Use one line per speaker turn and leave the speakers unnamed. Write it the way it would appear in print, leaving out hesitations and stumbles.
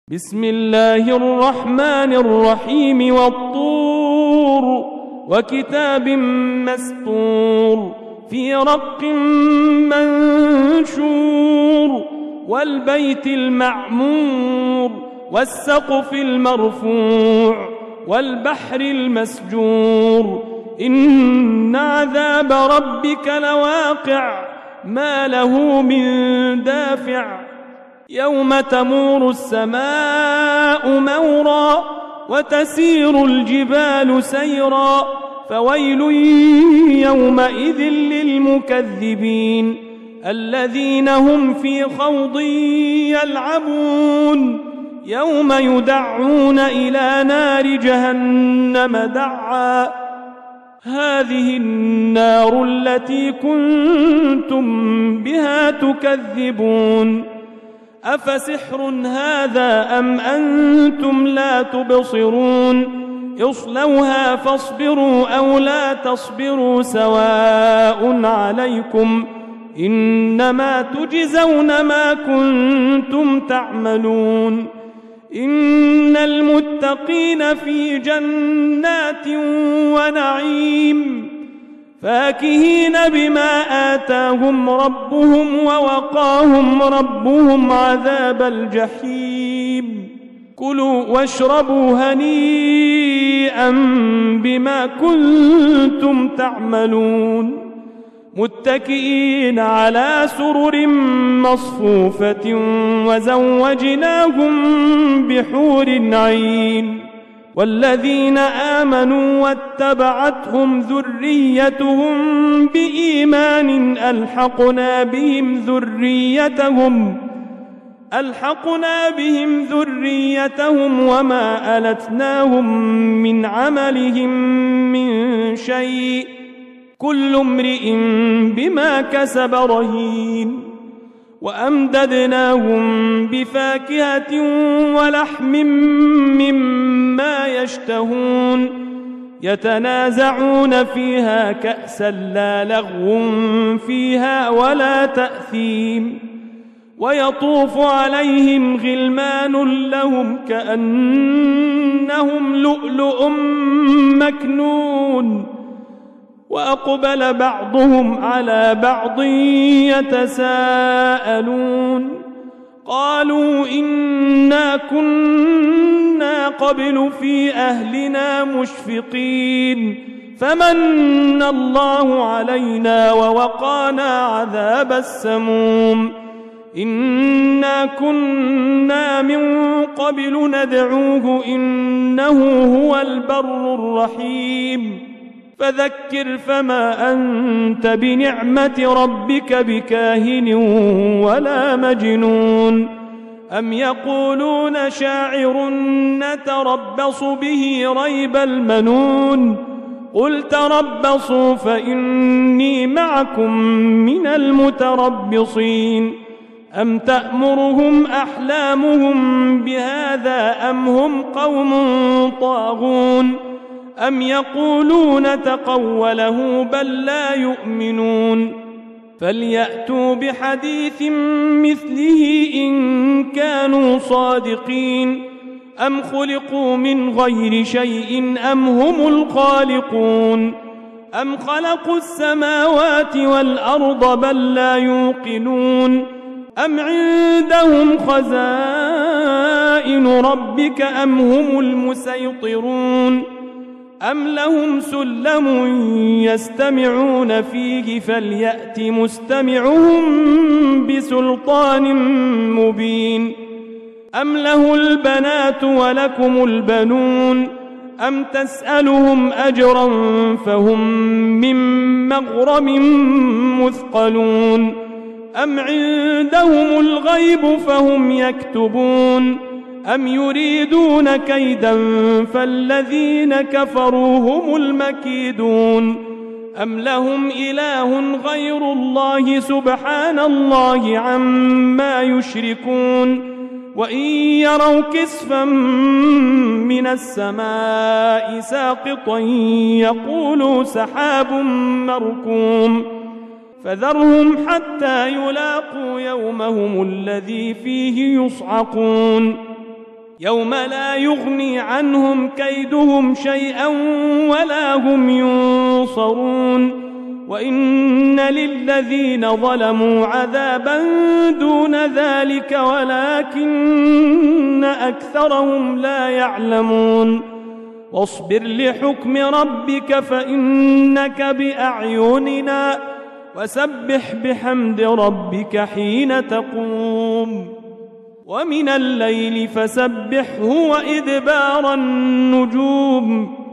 بسم الله الرحمن الرحيم والطور وكتاب مسطور في رق منشور والبيت المعمور والسقف المرفوع والبحر المسجور إن عذاب ربك لواقع ما له من دافع يوم تمور السماء مورا وتسير الجبال سيرا فويل يومئذ للمكذبين الذين هم في خوض يلعبون يوم يدعون إلى نار جهنم دعا هذه النار التي كنتم بها تكذبون أفسحر هذا أم أنتم لا تبصرون اصلوها فاصبروا أو لا تصبروا سواء عليكم إنما تجزون ما كنتم تعملون إن المتقين في جنات ونعيم فاكهين بما آتاهم ربهم ووقاهم ربهم عذاب الجحيم كلوا واشربوا هنيئا بما كنتم تعملون متكئين على سرر مصفوفة وزوجناهم بحور عين والذين آمنوا واتبعتهم ذريتهم بإيمان ألحقنا بهم ذريتهم وما ألتناهم من عملهم من شيء كل امرئ بما كسب رهين وأمددناهم بفاكهة ولحم مما يشتهون يتنازعون فيها كأسا لا لغو فيها ولا تأثيم ويطوف عليهم غلمان لهم كأنهم لؤلؤ مكنون وأقبل بعضهم على بعض يتساءلون قالوا إنا كنا قبل في أهلنا مشفقين فمن الله علينا ووقانا عذاب السموم إنا كنا من قبل ندعوه إنه هو البر الرحيم فذكر فما أنت بنعمة ربك بكاهن ولا مجنون أم يقولون شاعر نتربص به ريب المنون قل تربصوا فإني معكم من المتربصين أم تأمرهم أحلامهم بهذا أم هم قوم طاغون أم يقولون تقوله بل لا يؤمنون فليأتوا بحديث مثله إن كانوا صادقين أم خلقوا من غير شيء أم هم الخالقون أم خلقوا السماوات والأرض بل لا يوقنون أم عندهم خزائن ربك أم هم المسيطرون أم لهم سلم يستمعون فيه فليأت مستمعهم بسلطان مبين أم له البنات ولكم البنون أم تسألهم أجرا فهم من مغرم مثقلون أم عندهم الغيب فهم يكتبون أم يريدون كيدا فالذين كفروا هم المكيدون أم لهم إله غير الله سبحان الله عما يشركون وإن يروا كسفا من السماء ساقطا يقولوا سحاب مركوم فذرهم حتى يلاقوا يومهم الذي فيه يصعقون يوم لا يغني عنهم كيدهم شيئا ولا هم ينصرون وإن للذين ظلموا عذابا دون ذلك ولكن أكثرهم لا يعلمون واصبر لحكم ربك فإنك بأعيننا وسبح بحمد ربك حين تقوم ومن الليل فسبحه وإدبار النجوم